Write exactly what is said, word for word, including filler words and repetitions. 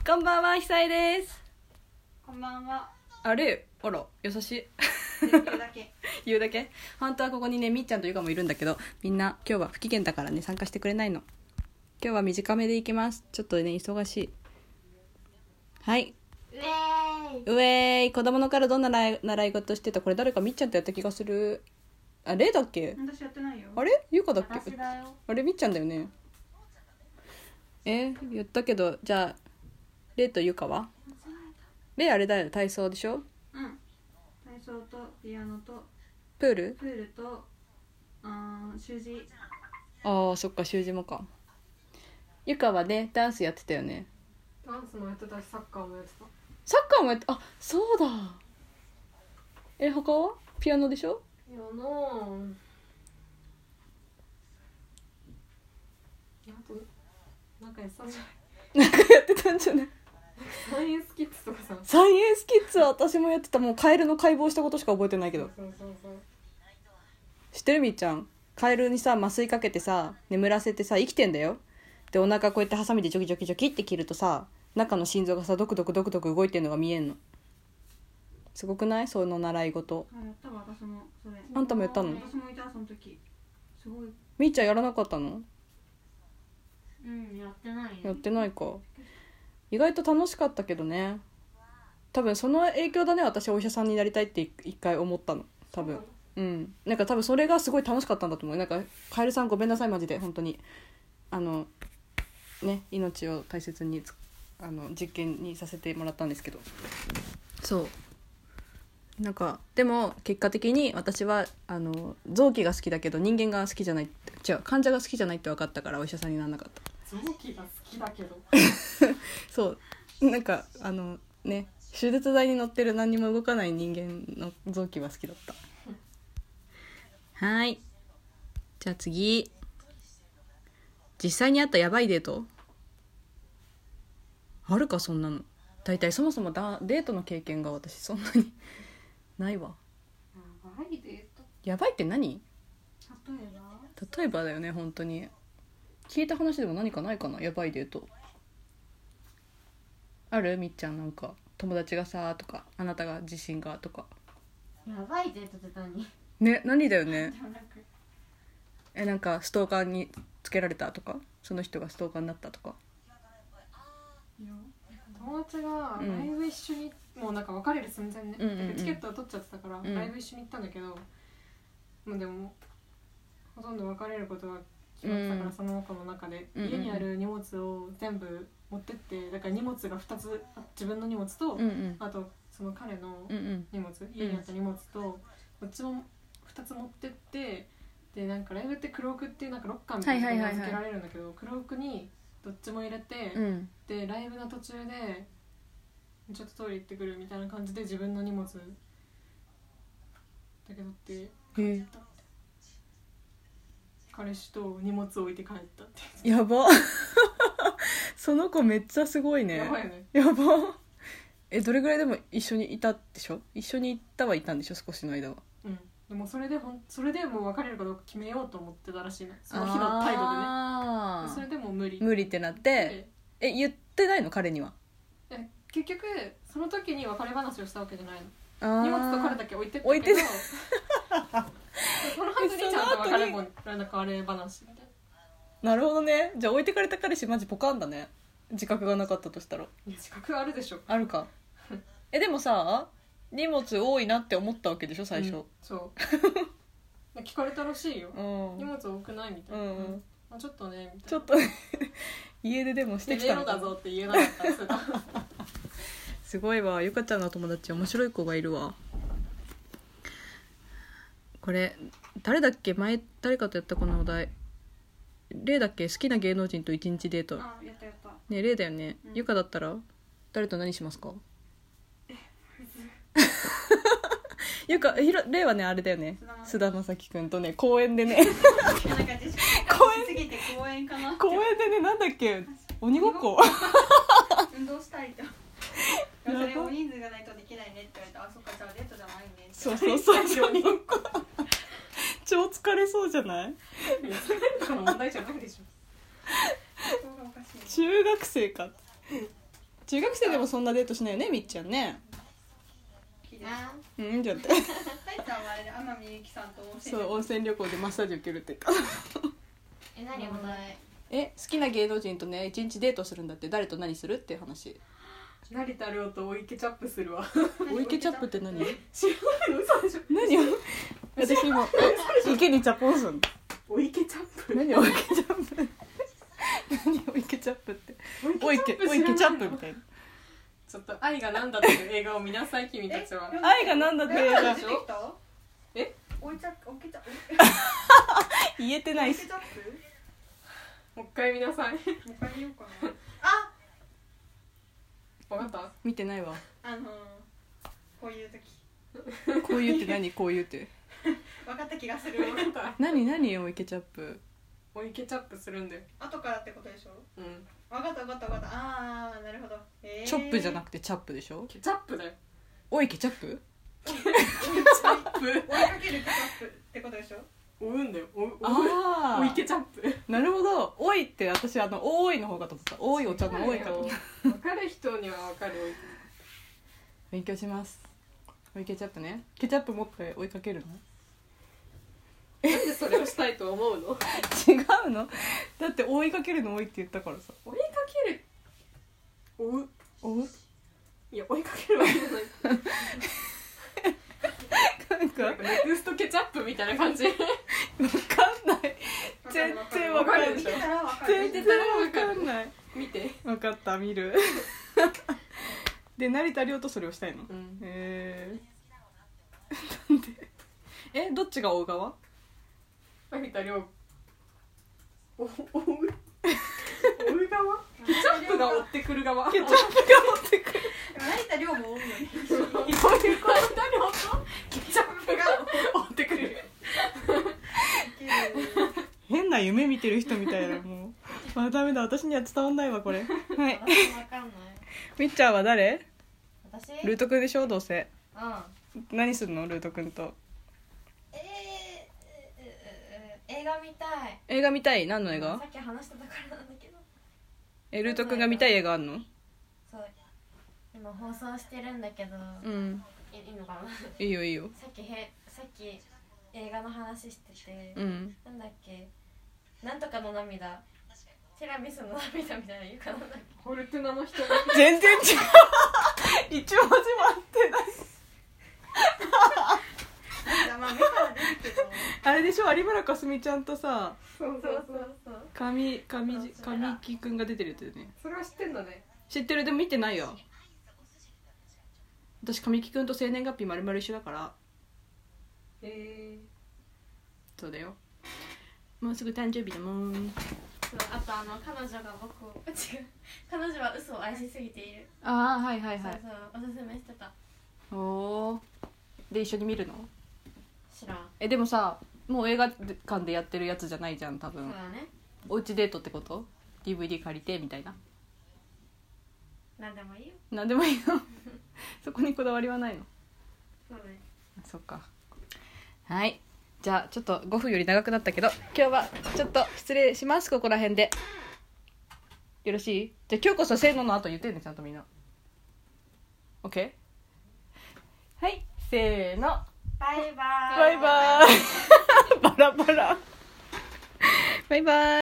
こんばんは、ひさいです。 こんばんは。 あれ、あら、優しい。 言うだけ。 言うだけ。本当はここにね、みっちゃんとゆかもいるんだけど、みんな今日は不機嫌だからね、参加してくれないの。今日は短めでいきます。ちょっとね、忙しい。はい。 ウェーイ。 うえーい。子供の頃どんな習い習い事してた？これ誰かみっちゃんとやった気がする。あ、れいだっけ？ 私やってないよ。 あれ？ゆかだっけ？ 私だよ。 あれみっちゃんだよね。えー、言ったけど、じゃあれいとゆかは？れいあれだよ、体操でしょ？ うん。体操とピアノとプール？ プールとあー習字。 ああ、そっか、習字もか。ゆかはね、ダンスやってたよね。 ダンスもやってたし、サッカーもやってた。 サッカーもやって、あ、そうだ。え、他は？ピアノでしょ？ ピアノあとなんかやってたんじゃない？ なんかやってたんじゃない？ サイエンスキッズとかさ。 サイエンスキッズは私もやってた。もうカエルの解剖したことしか覚えてないけど。 そうそうそう。 知ってる？みーちゃん、カエルにさ麻酔かけてさ眠らせてさ生きてんだよ。でお腹こうやってハサミでジョキジョキジョキって切るとさ、中の心臓がさドクドクドクドク動いてんのが見えんの。すごくない？その習い事。 あ、やったわ、私もそれ。 あんたもやったの？ 私もいた、その時。すごい。 みーちゃんやらなかったの？ うん、やってないよ。 やってないか。意外と楽しかったけどね。多分その影響だね、私お医者さんになりたいって一回思ったの。多分うん、なんか多分それがすごい楽しかったんだと思う。なんかカエルさんごめんなさいマジで、本当にあのね、命を大切にあの実験にさせてもらったんですけど、そうなんかでも結果的に私はあの臓器が好きだけど人間が好きじゃない、違う、患者が好きじゃないって分かったからお医者さんにならなかった。 臓器が好きだけどそうなんかあのね、手術台に乗ってる何にも動かない人間の臓器は好きだったはい、じゃあ次、実際にあったヤバいデートあるか？そんなの。大体そもそもだデートの経験が私そんなにないわ。 やばいデート。 ヤバいって何？ 例えば例えばだよね、本当に聞いた話でも何かないかな。ヤバいデートある？みっちゃん、なんか友達がさとか、あなたが自身がとか。 やばいデートって何？ ね、何だよね。 でもなんかえ、なんかストーカーにつけられたとか、その人がストーカーになったとか。 いや友達がライブ一緒に、うん、もうなんか別れる寸前ね、 うんうんうん、 チケットを取っちゃってたから、うん、ライブ一緒に行ったんだけど、もうでもほとんど別れることが決まってたから、うん、その子の中で、うんうん、家にある荷物を全部持ってって、だから荷物がふたつ、自分の荷物と、 うんうん、 あとその彼の荷物、うんうん、家にあった荷物と、こっちもふたつ持ってって、でなんかライブってクロークっていうなんかロッカーみたいなのが預けられるんだけど、クロークにどっちも入れて、うん、でライブの途中でちょっとトイレ行ってくるみたいな感じで自分の荷物だけどって帰った。彼氏と荷物置いて帰ったって。 やばその子めっちゃすごいね。 やばいよね。 やばえ、どれぐらいでも一緒にいたでしょ？一緒に行ったはいたんでしょ？少しの間は。 うん、でもそれでほんそれでもう別れるかどうか決めようと思ってたらしいね、その日の態度でね。それでも無理無理ってなって、え、言ってないの？彼には。 え、結局その時に別れ話をしたわけじゃないの。荷物と彼だけ置いてったけど、 置いてその後にちゃんと別れも別れ話みたいな。なるほどね。じゃあ置いてかれた彼氏マジポカンだね。自覚がなかったとしたら。 いや、自覚あるでしょ。 あるかえ、でもさ、荷物多いなって思ったわけでしょ最初、うん、 そう聞かれたらしいよ、うん、荷物多くないみたいな、うんうん、あ、ちょっとねみたいな、ちょっとね家出でもしてきたのかだぞって言えなかったすごいわ、ゆかちゃんの友達面白い子がいるわ。これ誰だっけ、前誰かとやったこのお題、レイだっけ？好きな芸能人と一日デート。 あ、やったやったね、レイだよね、うん、ゆかだったら誰と何しますか？ゆか、ひろ、レイはねあれだよね、菅田将暉くんとね公園でね公園公園かな公園でね、なんだっけ、鬼ごっこ運動したいとそれ大人数がないとできないねって言われた。あ、そっか、じゃあデートじゃないねって。 そうそうそう鬼ごっこ超疲れそうじゃない？ いや、それとかの問題じゃないでしょ中学生か中学生でもそんなデートしないよねみっちゃんね。うんじゃってタイちゃんはあれで天海祐希さんと温泉そう温泉旅行でマッサージ受けるって言ったえ何お題え好きな芸能人とね一日デートするんだって。誰と何するっていう話。 成田凌とお池チャップするわ。 お池チャップって何？ 知らないの？嘘でしょ。 何を私今池にチャポンすんの。 お池チャップ。 何お池チャップ何お池チャップってお池お池チャップみたいな。 ちょっと愛がなんだっていう映画を見なさい君たちは。 愛がなんだって映画出てきた？ え？ おいちゃおけちゃ言えてないし。 おけチャップ？ もう一回見なさい。 もう一回見ようかな。あ、 わかった？ 見てないわ。 あのー、こういう時こういうって何？こういうって分かった気がする。 わかった。 何何お池チャップ。 お池チャップするんだよ。 後からってことでしょ。 うん。 分かった分かった分かった。あーなるほど。えー、 チョップじゃなくてチャップでしょ。 ケチャップだよ。 お池チャップ。 ケチャップ。 追いかけるケチャップってことでしょ。 追うんだよ。お、お、 あお池チャップ。 なるほど。おいって私あのおいの方かと思った。おいお茶のおいかと思った。 わかる人にはわかるお池。 勉強します。お池チャップね。ケチャップ持って追いかけるの？ なんでそれをしたいと思うの？ 違うの？だって追いかけるの追いって言ったからさ。 追いかける。追う。 追う？ いや追いかけるわけじゃない。 なんかなんかネクストケチャップみたいな感じ。 わかんない。全然わかんない。 見てたら分かる。 全然わかんない。 見て。 わかった見る。で成田凌とそれをしたいの？ うん。 へえ。なんで？えどっちが追う側？ 成田凌。お追う。追う側？ケチャップが追ってくる側。 ケチャップが追ってくる。 成田凌も追うのに。 成田凌とケチャップが追ってくる。 変な夢見てる人みたいなもう。あダメだ私には伝わんないわこれ。はい。 私わかんないみっちゃんは誰？ 私ルートくんでしょどうせ。 うん何するのルートくんと。 えー、映画見たい。 映画見たい？何の映画さ？っき話してたからなんだけど。 えルートくんが見たい映画あんの？ そう今放送してるんだけど、 うんいいいのかな。 いいよいいよ。 さっきへさっき映画の話してて、 うんなんだっけなんとかの涙ティラミスの涙みたいな言うかなんだっけ。 フォルトゥナの人。 全然違う。一文字も合ってない。 まあ目から出るけど。 あれでしょ有村架純ちゃんとさそうそうそうそう。 神神じ神木くんが出てるやつだよね。 それは知ってんだね。 知ってるでも見てないよ。私神木くんと生年月日丸々一緒だから。 へえ。 そうだよ。もうすぐ誕生日だもん。 そうあとあの彼女が僕を違う彼女は嘘を愛しすぎている。 ああはいはいはい。 そうそうおすすめしてた。 おお。で一緒に見るの？ 知らん。 えでもさもう映画館でやってるやつじゃないじゃん多分。 そうだね。 おうちデートってこと？ ディーブイディー 借りてみたいな。 なんでもいいよ。 なんでもいいの。そこにこだわりはないの？ そうね。 そっか。はいじゃあちょっとごふんより長くなったけど今日はちょっと失礼します。ここら辺でよろしい？じゃあ今日こそせーのの後言ってねちゃんとみんな OK？ はいせーのバイバーイ。 バイバーイバラバラバイバーイ。